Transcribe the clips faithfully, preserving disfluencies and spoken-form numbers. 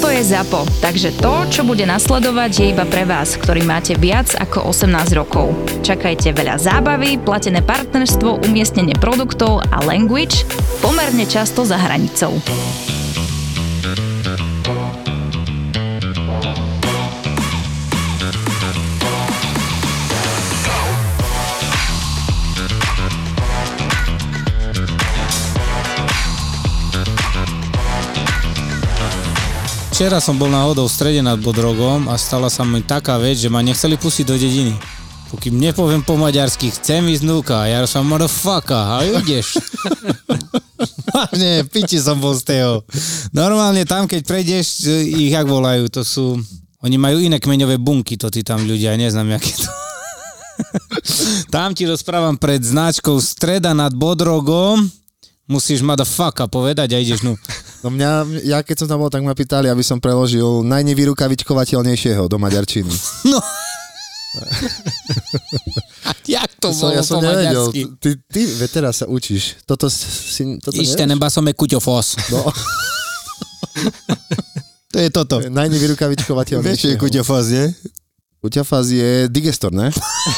Toto je ZAPO, takže to, čo bude nasledovať, je iba pre vás, ktorý máte viac ako osemnásť rokov. Čakajte veľa zábavy, platené partnerstvo, umiestnenie produktov a language pomerne často za hranicou. Včera som bol náhodou v strede nad Bodrogom a stala sa mi taká vec, že ma nechceli pustiť do dediny. Pokým nepoviem po maďarsky, chcem ísť núka, ja som motherfucker, a ideš. Vážne, piči som bol z toho. Normálne tam, keď prejdeš, ich jak volajú, to sú, oni majú iné kmeňové bunky, to tí tam ľudia, neznám, jaké to. Tam ti rozprávam pred značkou streda nad Bodrogom, musíš motherfucker povedať a ideš nu. No mňa, ja keď som tam bol, tak ma pýtali, aby som preložil najnevyrukavičkovateľnejšieho do maďarčiny. No. Jak to so, bolo ja som po nevedel. maďarsky? Ty, ty teraz sa učíš. Toto si... Toto Isten neba som je kuťofos. No. To je toto. Najnevyrukavičkovateľnejšieho. Vieš, čo je kuťofos, nie? Kuťofos je digestor, ne?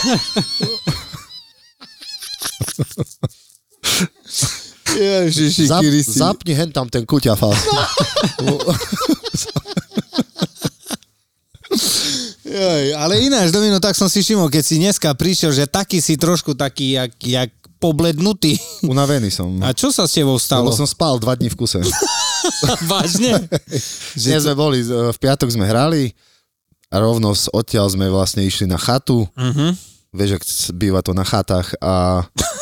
Ježiši, Zap, Kristi. zapni hen tam ten kuťafas. Joj, ale ináč, Domino, tak som si všimol, keď si dneska prišiel, že taký si trošku taký, jak, jak poblednutý. Unavený som. A čo sa s tebou stalo? Lebo som spal dva dní v kuse. Vážne? Dnes sme boli, v piatok sme hrali a rovno odtiaľ sme vlastne išli na chatu. Uh-huh. Vieš, ak býva to na chatách a...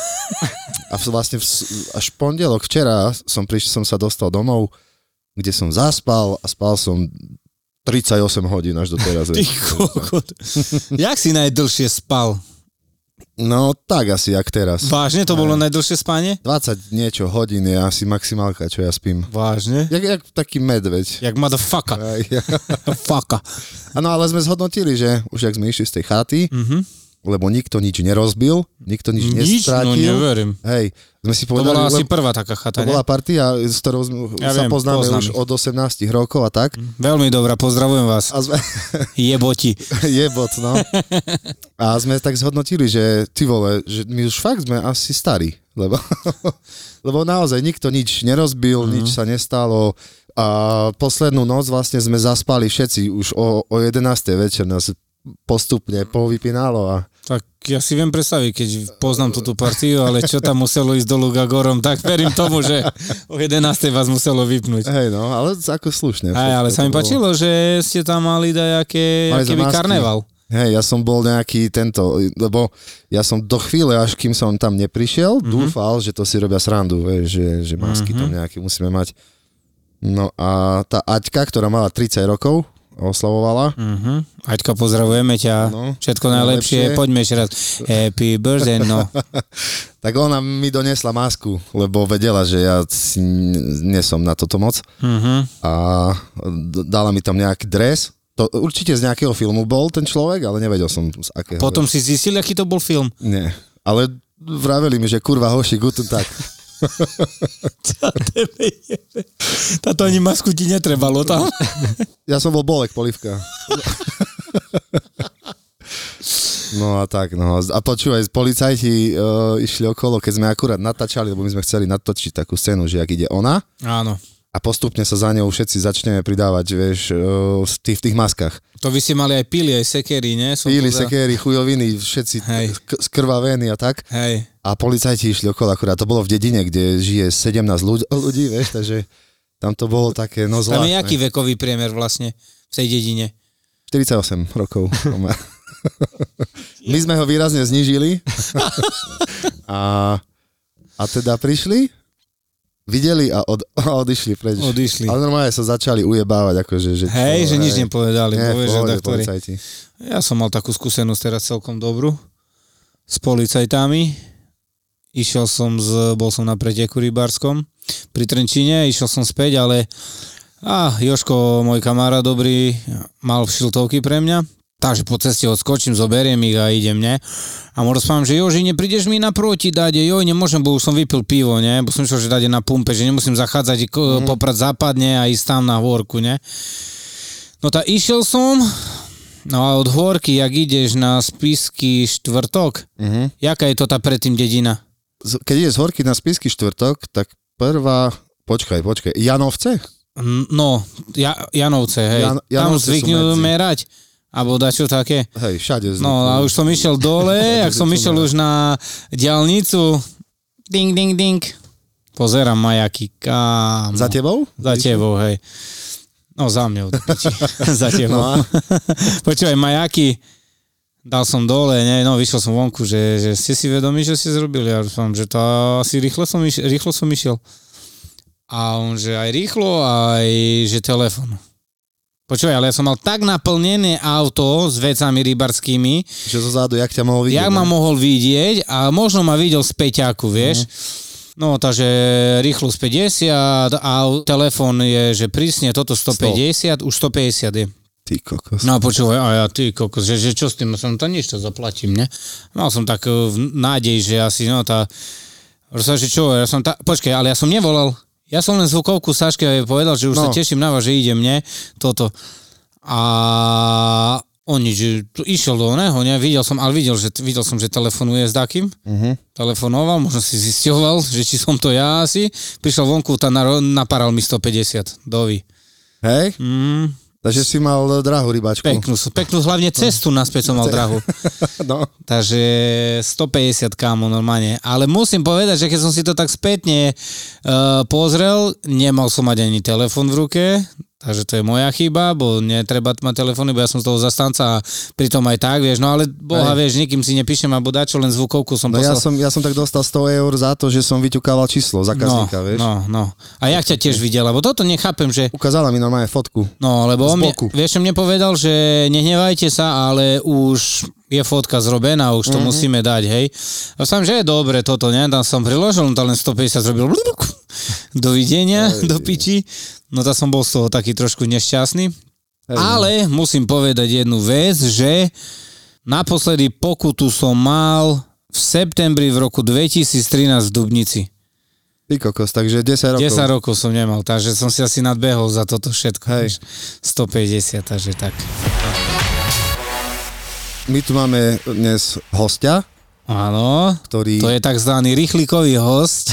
A vlastne v, až v pondelok včera som prišiel, som sa dostal domov, kde som zaspal a spal som tridsaťosem hodín až do teraz. Ty kokot. Jak si najdlhšie spal? No tak asi, jak teraz. Vážne? To bolo najdlhšie spanie? dvadsať niečo hodín je asi maximálka, čo ja spím. Vážne? Jak, jak taký medveď. Jak motherfucker. Fucka. Áno, ale sme zhodnotili, že už jak sme išli z tej chaty, Mhm. lebo nikto nič nerozbil, nikto nič, Nič? nestratil. No neverím. Hej, sme si To povedali, bola asi lebo prvá taká chata, to ne? bola partia, s ktorou sme, Ja sa viem, poznáme poznám už ich. od osemnásť rokov a tak. Veľmi dobrá, pozdravujem vás. A sme, Jeboti. jebot, no. A sme tak zhodnotili, že ty vole, že my už fakt sme asi starí, lebo, lebo naozaj nikto nič nerozbil, mm. nič sa nestalo. A poslednú noc vlastne sme zaspali všetci, už o, o jedenástej večer nás postupne povypínalo a Tak ja si viem predstaviť, keď poznám túto partiu, ale čo tam muselo ísť dolu Gagorom, tak verím tomu, že o jedenástej vás muselo vypnúť. hej no, ale ako slušne. Aj, ale sa mi páčilo, že ste tam mali dajaké, Mali aký sme by masky. karneval. Hej, ja som bol nejaký tento, lebo ja som do chvíle, až kým som tam neprišiel, mm-hmm. dúfal, že to si robia srandu, vieš, že, že masky mm-hmm. tam nejaké musíme mať. No a tá Aťka, ktorá mala tridsať rokov, oslavovala. Uh-huh. Aťka, pozdravujeme ťa. No, všetko najlepšie. najlepšie. Poďme ešte raz. Happy birthday, no. Tak ona mi donesla masku, lebo vedela, že ja si nie som na toto moc. Uh-huh. A dala mi tam nejaký dres. To určite z nejakého filmu bol ten človek, ale nevedel som z akého. Potom si zistil, aký to bol film? Nie. Ale vraveli mi, že kurva hoši, guten tak. Táto ani masku ti netrebalo tam. Ja som bol Bolek Polivka. No a tak, no. A počúvaj, policajti uh, išli okolo, keď sme akurát natáčali, lebo my sme chceli natočiť takú scénu, že ak ide ona. Áno. A postupne sa za ňou všetci začneme pridávať, vieš, uh, v, tých, v tých maskách. To vy ste mali aj pily, aj sekery, ne? Som Píly, poza... sekery, chujoviny, všetci k- skrvavení a tak. Hej. A policajti išli okolo, akurát to bolo v dedine, kde žije sedemnásť ľudí, ľudí vieš, takže tam to bolo také, no zvláštne. Tam je aký vekový priemer vlastne v tej dedine? štyridsaťosem rokov. My sme ho výrazne znížili. a, a teda prišli, videli a, od, a odišli preč. Odišli. Ale normálne sa začali ujebávať. Akože, že hej, čo, že hej. nič nepovedali. Nie, Povie, v že pohode, doktori. policajti. Ja som mal takú skúsenosť teraz celkom dobrú s policajtami. Išiel som z, bol som na preteku rybárskom pri Trenčíne, išiel som späť, ale á, Jožko, môj kamarát dobrý, mal šiltovky pre mňa, Takže po ceste odskočím, zoberiem ich a idem, ne? A mu rozprávam, že Joži, neprídeš mi naproti, dáde, joj, nemôžem, bo už som vypil pivo, ne? Bo som myslel, že dáde na pumpe, že nemusím zachádzať mm. poprad západne a ísť tam na hôrku, ne? No tá išiel som, no a od hôrky, jak ideš na Spišský štvrtok, mm-hmm. jaká je to tá predtým dedina? Keď ideš z hôrky na Spišský štvrtok, tak prvá, počkaj, počkaj, Janovce? No, ja, Janovce, hej. Jan, Janovce tam zvyknú merať. Alebo dačo také. Hej, všade zvyknú. No a už som išiel dole, ak som išiel už na diaľnicu, ding, ding, ding. Pozerám majaky, kámo. Za tebou? Za tebou, hej. No za mňou, za tebou. No. Počúvaj, majaky, dal som dole, ne, no vyšiel som vonku, že, že ste si vedomí, že ste zrobili. Ja som, že to asi rýchlo som, iš, rýchlo som išiel. A on, že aj rýchlo, aj že telefon. Počúvaj, ale ja som mal tak naplnené auto s vecami rybarskými. Že zo zádu, jak ťa mohol vidieť? Jak ma mohol vidieť a možno ma videl z peťáku, vieš. Mm. No, takže rýchlo z päťdesiat a telefon je, že prísne toto stopäťdesiat, sto. Už stopäťdesiat je. Ty kokos. No počúvaj, a ja ty kokos, že, že čo s tým, som tam nič to zaplatím, ne? Mal som tak nádej, že asi, no tá... Že čo, ja som ta... Počkaj, ale ja som nevolal. Ja som len zvukovku Saške povedal, že už no. sa teším na vás, že idem, ne? Toto. A on nič, že išiel do neho, ne? Videl som, ale videl, že, videl som, že telefonuje s takým. Uh-huh. Telefonoval, možno si zisťoval, že či som to ja asi. Prišiel vonku, tá naparal mi stopäťdesiat dovi. Hej? Mm. Takže si mal drahú rybačku. Peknú, peknú hlavne cestu naspäť som mal drahú. No. Takže stopäťdesiat kámo normálne. Ale musím povedať, že keď som si to tak spätne uh, pozrel, nemal som mať ani telefon v ruke, takže to je moja chyba, bo netreba mať telefóny, bo ja som z toho zastanca a pritom aj tak, vieš, no ale boha, aj. vieš, nikým si nepíšem alebo dačo, len zvukovku som no poslal. Ja som, ja som tak dostal sto eur za to, že som vyťukával číslo zákazníka, no, vieš. No, no. A jak ťa tiež videl, lebo toto nechápem, že... Ukázala mi normálne fotku. No, lebo on mne, vieš, mne povedal, že nehnevajte sa, ale už je fotka zrobená, už to mm-hmm. musíme dať, hej. A som, že je dobre toto, ne? Tam som priložil, tam len stopäťdesiat zrobil. Dovidenia, aj, do piči. No tak som bol z toho taký trošku nešťastný. Aj, ale no. musím povedať jednu vec, že naposledy pokutu som mal v septembri v roku dvetisíctrinásť v Dubnici. Ty kokos, takže desať rokov. desať rokov som nemal, takže som si asi nadbehol za toto všetko. Hej. stopäťdesiat, takže tak. My tu máme dnes hostia. Áno, ktorý... to je takzvaný rýchlikový host,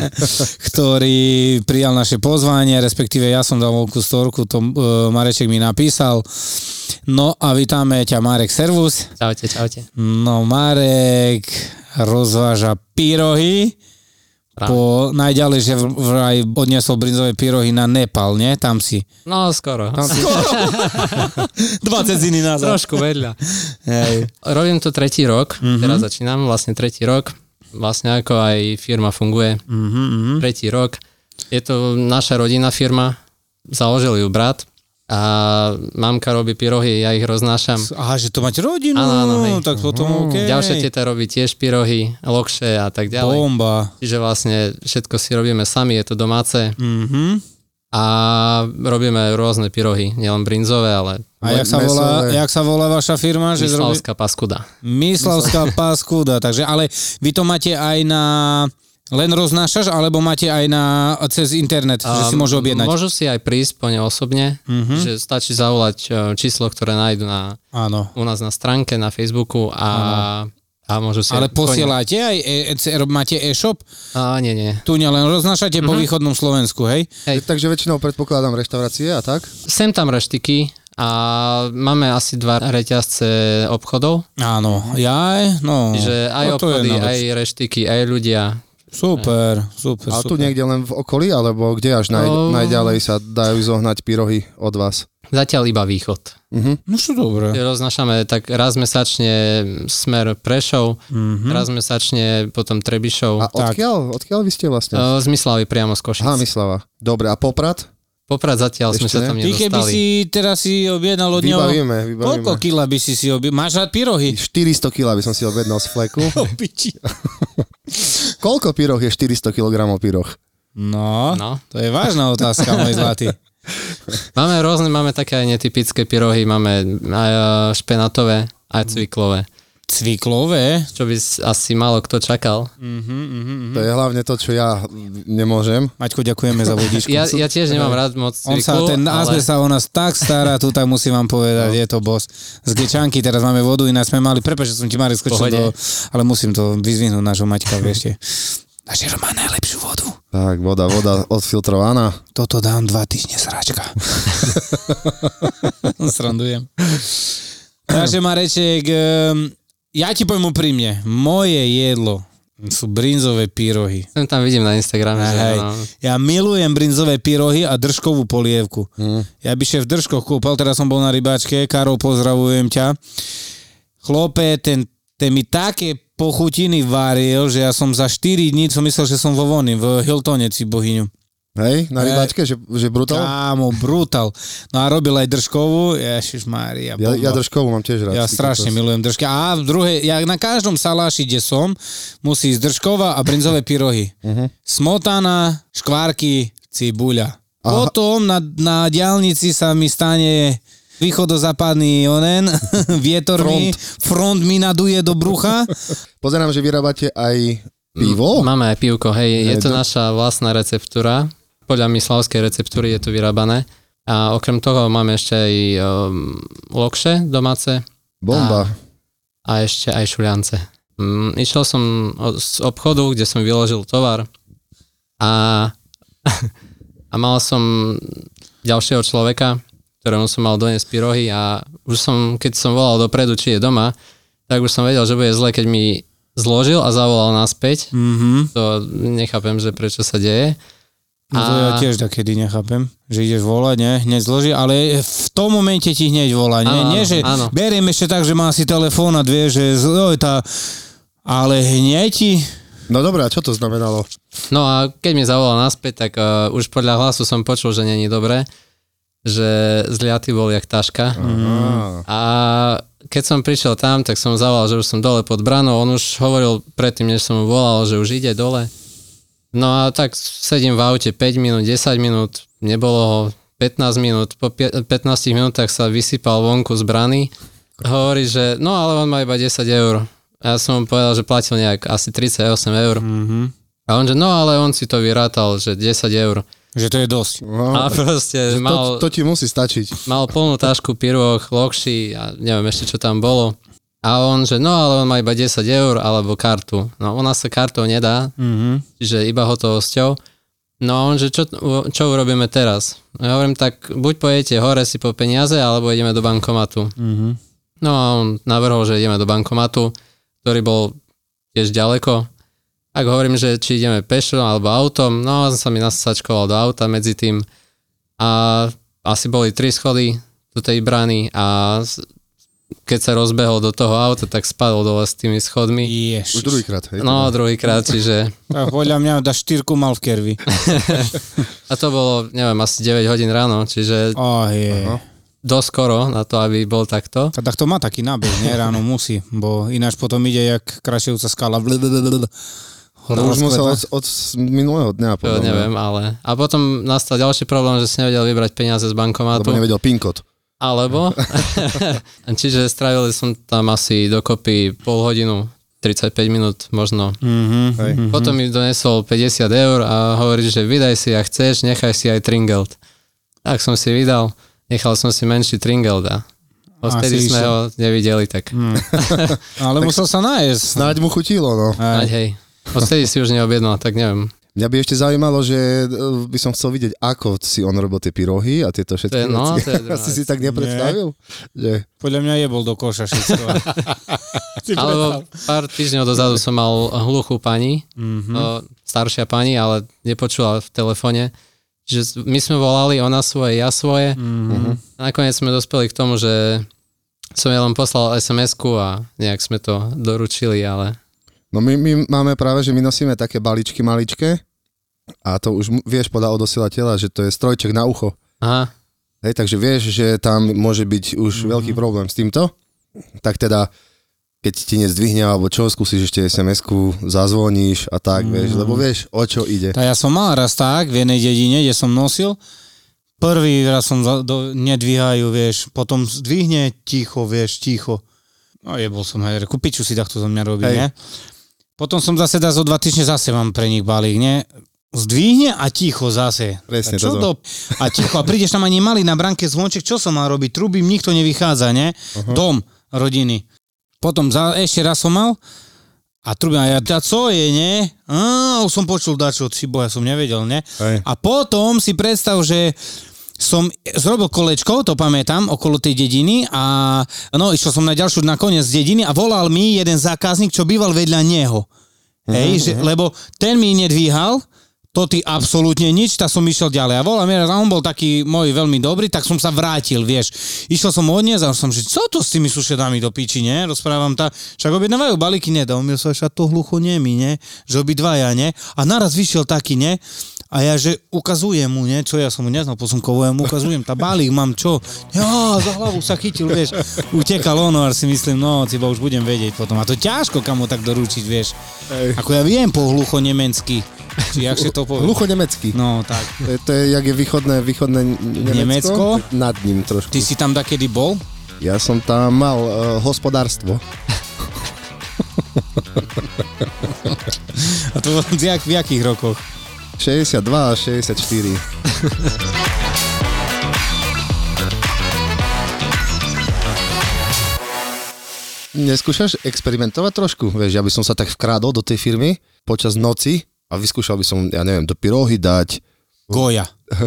ktorý prijal naše pozvanie, respektíve ja som dal veľkú storku, to uh, Mareček mi napísal. No a vítame ťa, Marek, servus. Čaute, čaute. No Marek rozváža pyrohy. Po najďalej, že vraj odniesol brinzové pyrohy na Nepal, nie? Tam si. No, skoro. Tam si... dvadsať ziny nazad. Trošku vedľa. Hej. Robím to tretí rok, mm-hmm. teraz začínam, vlastne tretí rok. Vlastne ako aj firma funguje. Mm-hmm. Tretí rok. Je to naša rodinná firma, založil ju brat. A mamka robí pyrohy, ja ich roznášam. Aha, že to máte rodinu, áno, áno, hej. Tak potom okej. Okay. Ďalšia teta robí tiež pyrohy, lokše a tak ďalej. Bomba. Čiže vlastne všetko si robíme sami, je to domáce. Mhm. A robíme rôzne pyrohy, nielen brinzové, ale... A jak sa, volá, jak sa volá vaša firma? Myslavská paskuda. Myslavská paskuda, takže ale vy to máte aj na... Len roznášaš, alebo máte aj na, cez internet, um, že si môžu objednať? Môžu si aj prísť po ne osobne, uh-huh. že stačí zavolať číslo, ktoré nájdu na, u nás na stránke, na Facebooku a, a môžu si... Ale posielate aj, e, e, máte e-shop? A, nie, nie. Tu len roznášate uh-huh. po východnom Slovensku, hej? hej? Takže väčšinou predpokladám reštaurácie a tak? Sem tam reštiky. A máme asi dva reťazce obchodov. Áno, jaj, no. Čiže aj obchody, aj reštiky, aj ľudia. Super, super, a super. tu niekde len v okolí, alebo kde až naj, no, najďalej sa dajú zohnať pyrohy od vás? Zatiaľ iba východ. Uh-huh. No čo dobre. Roznášame tak raz mesačne smer Prešov, uh-huh. raz mesačne potom Trebišov. A odkiaľ, odkiaľ vy ste vlastne? Z Myslavy priamo z Košic. Aha, Myslava. Dobre, a Poprad? Poprad zatiaľ ešte sme sa tam nedostali. Ty keby si teraz si objednal od neho... Vybavíme, vybavíme. Koľko kila by si si objednal? Máš rád pyrohy? štyristo kilogramov by som si objednal z fleku. Koľko pyroh je štyristo kilogramov pyroh? No, no, to je vážna otázka, môj zlatý. Máme rôzne, máme také aj netypické pyrohy, máme aj špenátové, aj cviklové. Cviklové? Čo by asi málo kto čakal. Uh-huh, uh-huh. To je hlavne to, čo ja nemôžem. Maťko, ďakujeme za vodičku. Ja, ja tiež nemám rád moc cviklu, On sa, ten Azbe ale... sa o nás tak stará, tu tak musím vám povedať, no. Je to boss. Z Gečanky teraz máme vodu, ináč sme mali, prepáč, že som ti Marek skočil do... Ale musím to vyzvihnúť nášho Maťka, vieš. Naše má najlepšiu vodu. Tak, voda, voda odfiltrovaná. Toto dám dva týždne sračka. Srandujem. Takže Mareček, ja ti poviem úprimne, moje jedlo sú brinzové pyrohy. Sem tam vidím na Instagrame. Že no. Ja milujem brinzové pyrohy a držkovú polievku. Mm. Ja by šéf držkoch kúpal, teraz som bol na rybáčke, Karol, pozdravujem ťa. Chlope, ten, ten mi také pochutiny varil, že ja som za štyri dní som myslel, že som vo voni, v Hiltone Cibohyňu. Hej, na rybáčke, že, že brutál? Kámo, brutál. No a robil aj držkovú, ježišmária. Ja, ja držkovú mám tiež rád. Ja strašne milujem držky. A v druhej, ja na každom saláši, kde som, musí ísť držková a brinzové pyrohy. Uh-huh. Smotana, škvárky, cibuľa. Aha. Potom na, na diaľnici sa mi stane východozápadný onen, vietor mi, front mi naduje do brucha. Pozerám, že vyrábate aj pivo? Máme aj pivko, hej, je to naša vlastná receptúra. Podľa myslavskej receptúry je to vyrábané. A okrem toho máme ešte aj um, lokše domáce. Bomba. A, a ešte aj šuliance. Um, išiel som z obchodu, kde som vyložil tovar a, a mal som ďalšieho človeka, ktorému som mal doniesť pyrohy a už som, keď som volal dopredu, či je doma, tak už som vedel, že bude zle, keď mi zložil a zavolal naspäť. Mm-hmm. To nechápem, že prečo sa deje. No to ja tiež takedy nechápem, že ideš volať, ne, hneď zloží, ale v tom momente ti hneď volá, nie, áno, nie že áno. Beriem ešte tak, že má si telefón a vie, že oj, tá, ale hneď ti... No dobré, a čo to znamenalo? No a keď mi zavolal naspäť, tak uh, už podľa hlasu som počul, že není dobré, že zliaty bol jak taška. Aha. A keď som prišiel tam, tak som zavolal, že už som dole pod branou, on už hovoril predtým, než som mu volal, že už ide dole. No a tak sedím v aute päť minút, desať minút, nebolo ho pätnásť minút, po pätnástich minútach sa vysypal vonku z brany. Hovorí, že no ale on má iba desať eur. A ja som mu povedal, že platil nejak asi tridsaťosem eur. Mm-hmm. A on, že no ale on si to vyrátal, že desať eur. Že to je dosť. No, a proste mal... To, to ti musí stačiť. Mal plnú tašku pyroch, lokší a neviem ešte, čo tam bolo. A on, že no, ale on má iba desať eur alebo kartu. No, u nás sa kartou nedá, mm-hmm. čiže iba hotovosťou. No a on, že čo, čo urobíme teraz? Ja hovorím, tak buď pojete hore si po peniaze, alebo ideme do bankomatu. Mm-hmm. No a on navrhol, že ideme do bankomatu, ktorý bol tiež ďaleko. Ak hovorím, že či ideme pešo alebo autom, no on sa mi nasačkoval do auta medzi tým. A asi boli tri schody do tej brány a keď sa rozbehol do toho auta, tak spadol dole s tými schodmi. Ježiš. Už druhýkrát, hej? No, druhýkrát, čiže... Tak podľa mňa dá štyrku mal v kervi. A to bolo, neviem, asi deväť hodín ráno, čiže... Oh, je. Dosť skoro na to, aby bol takto. A tak to má taký nábeh, nie? Ráno musí, bo ináč potom ide jak krašujúca skala. No už musel od, od minulého dňa. To neviem, ale... A potom nastal ďalší problém, že si nevedel vybrať peniaze z bankomátu. Lebo nevedel PIN kód. Alebo, čiže strávili som tam asi dokopy pol hodinu, tridsaťpäť minút možno. Mm-hmm. Potom mi donesol päťdesiat eur a hovorí, že vydaj si, ak chceš, nechaj si aj tringelt. Tak som si vydal, nechal som si menší tringelt a odtedy sme ho nevideli, tak... Mm. Ale musel sa nájsť. Snáď mu chutilo, no. Snáď, hej. Odtedy si už neobjednal, tak neviem. Mňa by ešte zaujímalo, že by som chcel vidieť, ako si on robil tie pyrohy a tieto všetky to je, no, veci. To je si si tak nepredstavil? Že... Podľa mňa jebol do koša všetko. Alebo pár týždňov dozadu som mal hluchú pani, mm-hmm. o, staršia pani, ale nepočula v telefóne. Čiže my sme volali, ona svoje, ja svoje. Mm-hmm. A nakoniec sme dospeli k tomu, že som ja len poslal es em esku a nejak sme to doručili, ale... No my, my máme práve, že my nosíme také balíčky maličké a to už vieš podľa odosielateľa, že to je strojček na ucho. Aha. Hej, takže vieš, že tam môže byť už mm-hmm. veľký problém s týmto. Tak teda, keď ti nezdvihne alebo čo, skúsiš ešte es em esku, zazvoníš a tak, mm-hmm. vieš, lebo vieš, o čo ide. Tak ja som mal raz tak v jednej dedine, kde som nosil, Prvý raz som za, do, nedvíhajú, vieš, potom zdvihne ticho, vieš, ticho. No jebol som, hej, reku, piču si takto zo mňa robí, hej. Ne? Potom som zase dá zo dva týždne zase mám pre nich balík, ne? Zdvihne a ticho zase. Presne a čo toto. do... A ticho, a prídeš tam ani malý na bránke zvonček, čo som mal robiť? Trubím, nikto nevychádza, ne? Uh-huh. Dom rodiny. Potom za, ešte raz som mal a trubím, a ja, čo je, ne? Á, už som počul dačo, si boja, som nevedel, ne? Hej. A potom si predstav, že som zrobil kolečko, to pamätám, okolo tej dediny a no, išiel som na ďalšiu, na koniec dediny a volal mi jeden zákazník, čo býval vedľa neho. Uh-huh, Hej, že, uh-huh. lebo ten mi nedvíhal, to ty absolútne nič, tak som išiel ďalej. A volal mi, a on bol taký môj veľmi dobrý, tak som sa vrátil, vieš. Išiel som odniesť a som, že co to s tými sušedami do piči, ne? Rozprávam ta, však objednávajú balíky, ne? A on mi sa, že to hlucho nemí, ne? Že obidvaja, ne? A naraz vyšiel taký, ne? A ja, že ukazujem mu, nie? Čo ja som mu neznal posunkovo, ja mu ukazujem, tá balík mám, čo? Ja, za hlavu sa chytil, vieš. Utekal ono, a si myslím, no, ciba už budem vedieť potom. A to ťažko kamo tak doručiť, vieš. Ej. Ako ja viem po hlucho nemecky. Či jak si to povie? Hlucho nemecky. No, tak. To je, to je jak je východné, východné Nemecko. Nemecko? Nad ním trošku. Ty si tam dakedy bol? Ja som tam mal uh, hospodárstvo. A to bolo v, jak, v jakých rokoch? šesťdesiatdva a šesťdesiatštyri. Neskúšaš experimentovať trošku? Vieš, ja by som sa tak vkrádol do tej firmy počas noci a vyskúšal by som, ja neviem, do pyrohy dať. Goja.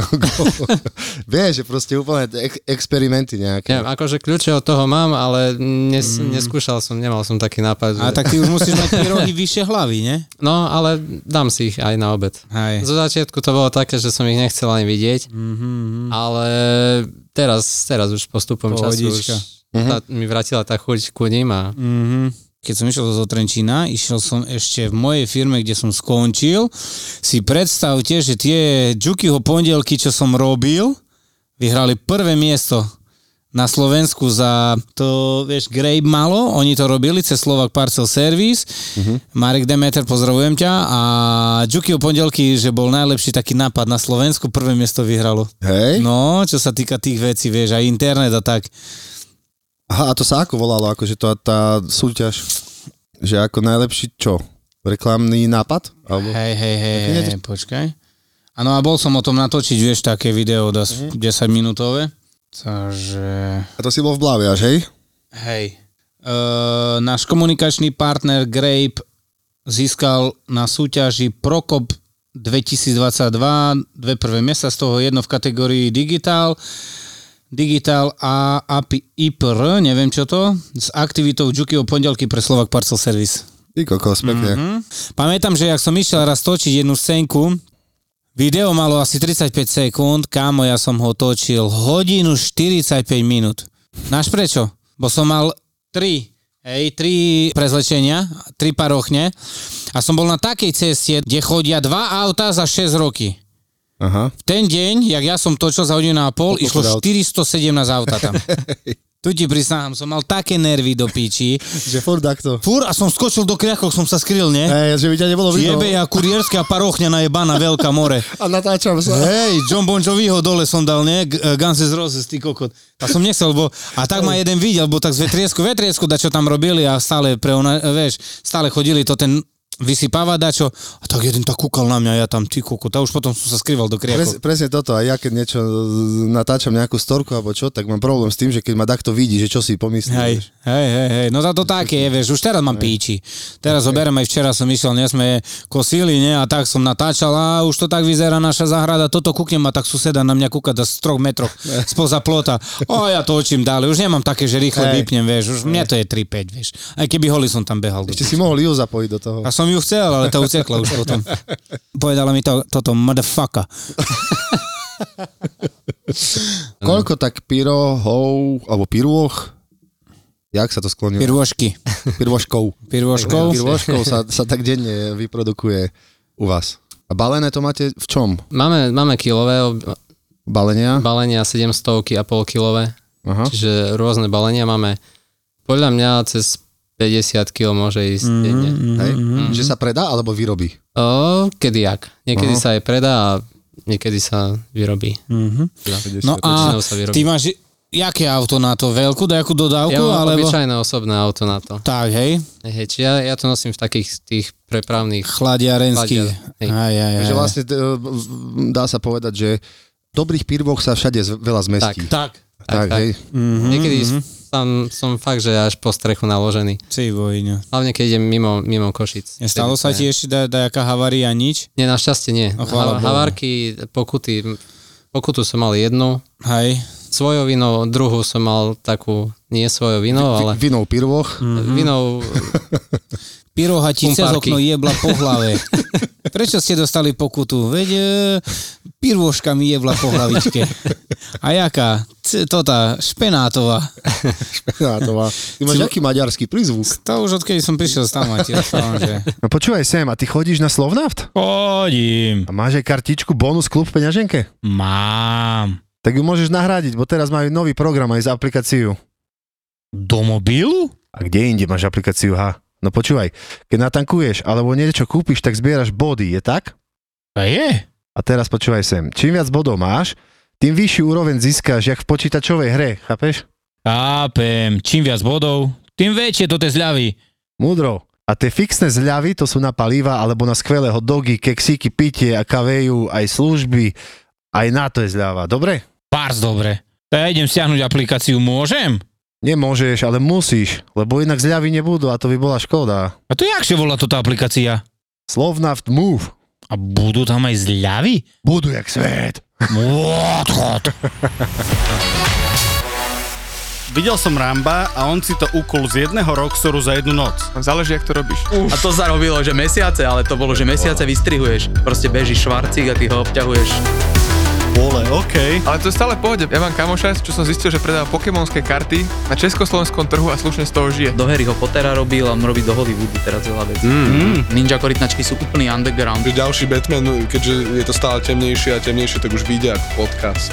Vieš, že proste úplne ex- experimenty nejaké. Ja, akože kľúče od toho mám, ale nes, mm. neskúšal som, nemal som taký nápad. A že... tak ty už musíš mať pyrohy vyššie hlavy, ne? No, ale dám si ich aj na obed. Hej. Zo začiatku to bolo také, že som ich nechcel ani vidieť, mm-hmm. ale teraz, teraz už postupom času už tá, mi vrátila tá chuť ku ním a... Mm-hmm. Keď som išiel zo Trenčína, išiel som ešte v mojej firme, kde som skončil. Si predstavte, že tie Jukiho pondelky, čo som robil, vyhrali prvé miesto na Slovensku za to, vieš, Grape malo, oni to robili cez Slovak Parcel Service. Uh-huh. Marek Demeter, pozdravujem ťa. A Jukiho pondelky, že bol najlepší taký nápad na Slovensku, prvé miesto vyhralo. Hej? No, čo sa týka tých vecí, vieš, aj internet a tak. Aha, a to sa ako volalo, akože to, tá súťaž, že ako najlepší čo? Reklamný nápad? Alebo... Hej, hej, hej, hej, počkaj. Áno, a bol som o tom natočiť, vieš, také video das uh-huh. desaťminútové. Takže... A to si bol v Blave až, hej? Hej. Uh, náš komunikačný partner Grape získal na súťaži Prokop dvetisícdvadsaťdva dve prvé miesta, z toho jedno v kategórii Digital. Digital a á pé í pé er, neviem čo to, s aktivitou Jukiho pondelky pre Slovak Parcel Service. Ty kokos, pekne. Mm-hmm. Pamätám, že jak som išiel raz točiť jednu scénku, video malo asi tridsaťpäť sekúnd, kámo, ja som ho točil hodinu štyridsaťpäť minút. Náš prečo? Bo som mal tri, hej, tri prezlečenia, tri parochne a som bol na takej ceste, kde chodia dva auta za šesť roky. Aha. V ten deň, jak ja som točil za hodinu a pol, išlo štyristosedemnásť auta tam. Tu ti priznám, som mal také nervy do píči. Že furt takto. Furt a som skočil do kriachok, som sa skryl, nie? Hej, že by ťa nebolo vidno. Jebe, ja kurierská parochňa najebaná, veľká more. A natáčam sa. Hej, John Bon Joviho dole som dal, nie? Guns N' Roses, ty kokot. A som nechcel, bo... A tak ma jeden videl, bo tak z vetriesku, vetriesku, da čo tam robili a stále pre ona, vieš, stále chodili to ten... vysypáva dačo a tak jeden tak kúkal na mňa, ja tam, ty kokot, a už potom som sa skrýval do kriakov. Pres, presne toto, a ja keď niečo natáčam nejakú storku alebo čo, tak mám problém s tým, že keď ma takto vidí, že čo si pomyslí. Hej, hej, hej, hej, no to také je, vieš, už teraz mám píči. Teraz zoberiem, aj včera som išiel, ne sme kosili, ne, a tak som natáčal a už to tak vyzerá naša záhrada, toto kúknem a tak suseda na mňa kúka z troch metrov spoza plota. O, ja točím ďalej, už nemám také, že rýchlo vypnem, vieš, už mne to je tri päť, vieš. Aj keby holi som tam behal. Ešte si mohol ju zapojiť do toho. A som ju chcel, ale to utekla už potom. Povedala mi to, toto motherfucker. Koľko tak pyrohov, alebo pyrôch, jak sa to skloní? Pyrôžky. Pyrôžkov. Pyrôžkov. Pyrôžkov sa, sa tak denne vyprodukuje u vás. A balené to máte v čom? Máme, máme kilové balenia? Balenia sedemstovky a pol kilové. Aha. Čiže rôzne balenia máme. Podľa mňa cez päťdesiat kilogramov môže ísť mm-hmm, denne. Hej? Mm-hmm. Že sa predá alebo vyrobí? O, kedy jak. Niekedy Aha. sa aj predá a niekedy sa vyrobí. Mm-hmm. No a sa vyrobí. ty máš jaké auto na to? Veľkú, nejakú dodávku? Ja mám alebo... obyčajné osobné auto na to. Tak, hej? Hej, či ja, ja to nosím v takých tých prepravných... Chladiarenských. Chladiar, aj, aj, aj. Takže vlastne dá sa povedať, že dobrých pirvoch sa všade veľa zmestí. Tak. Tak, tak, tak. Hej. Mm-hmm, Niekedy mm-hmm. som, som fakt, že až po strechu naložený. Si bojňa. Hlavne keď idem mimo, mimo Košic. Stalo sa ti ešte da, dajaká havária, nič? Nie, našťastie nie. No, ha- havárky, pokuty, pokutu som mal jednu. Hej. Svojovinu, druhú som mal takú, nie svojovinu, ale... Vinou pirvoch. Mm-hmm. Vinou... Piroha ti cez okno jebla po hlave. Prečo ste dostali pokutu? Veď e, pirvoška mi jebla po hlavičke. A jaká? C- tota, špenátová. Špenátová. Ty máš aký maďarský prízvuk? To už odkedy som prišiel z tam, že... No počúvaj sem, a ty chodíš na Slovnaft? Chodím. A máš aj kartičku bonus klub v peňaženke? Mám. Tak ju môžeš nahradiť, bo teraz majú nový program aj z aplikáciu. Do mobilu? A kde inde máš aplikáciu, ha? No počúvaj, keď natankuješ alebo niečo kúpiš, tak zbieraš body, je tak? A je. A teraz počúvaj sem, čím viac bodov máš, tým vyšší úroveň získáš, jak v počítačovej hre, chápeš? Chápem, čím viac bodov, tým väčšie to tie zľavy. Múdro. A tie fixné zľavy, to sú na paliva alebo na skvelé hot dogy, keksíky, pitie a kaveju, aj služby, aj na to je zľava, dobre? Párs dobre. Tak ja idem stiahnuť aplikáciu, môžem? Nemôžeš, ale musíš, lebo inak zľavy nebudú a to by bola škoda. A to jakže volá toto aplikácia? Slovnaft Move. A budú tam aj zľavy? Budú jak svet. Odchod. Videl som Ramba a on si to ukul z jedného Roxoru za jednu noc. Záleží, jak to robíš. Uh. A to zarobilo, že mesiace, ale to bolo, že mesiace vystrihuješ. Proste bežíš švarcík a ty ho obťahuješ. Vole, okej. Ale to je stále v pohode. Ja mám kamoša, čo som zistil, že predáva pokémonské karty na československom trhu a slušne z toho žije. Do Harryho Pottera robil a on robí do Hollywoodu teraz veľa vecí. Mm. Ninja korytnačky sú úplný underground. Ďalší Batman, keďže je to stále temnejšie a temnejšie, tak už vyjde ako podcast.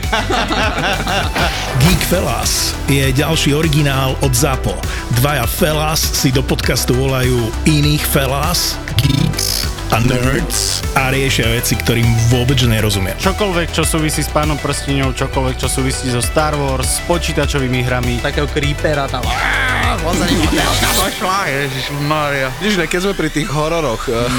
Geek Fellas je ďalší originál od ZAPO. Dvaja Fellas si do podcastu volajú iných Fellas, Geeks a Nerds a riešia veci, ktorým vôbec nerozumia. Čokoľvek, čo súvisí s Pánom prsteňov, čokoľvek, čo súvisí so Star Wars, s počítačovými hrami. Takého creepera tam. Ježišmária. Vidíš, keď sme pri tých hororoch.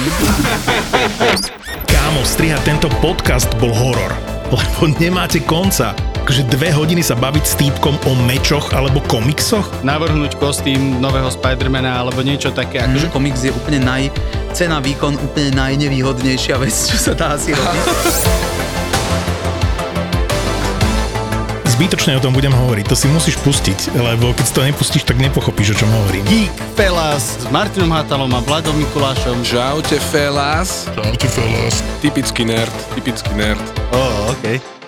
Kámo, strihať tento podcast bol horor, lebo nemáte konca. Takže dve hodiny sa baviť s týpkom o mečoch alebo komiksoch? Navrhnúť kostým nového Spidermana alebo niečo také. Akože komiks je úplne naj... cena výkon úplne najnevýhodnejšia vec, čo sa dá asi robiť. Zbytočne o tom budem hovoriť, to si musíš pustiť, lebo keď si to nepustíš, tak nepochopíš, o čom hovorím. Geek Fellas s Martinom Hatalom a Vladom Mikulášom. Čaute, fellas. Čaute, fellas. Typický nerd, typický nerd. Ó, oh, okej. Okay.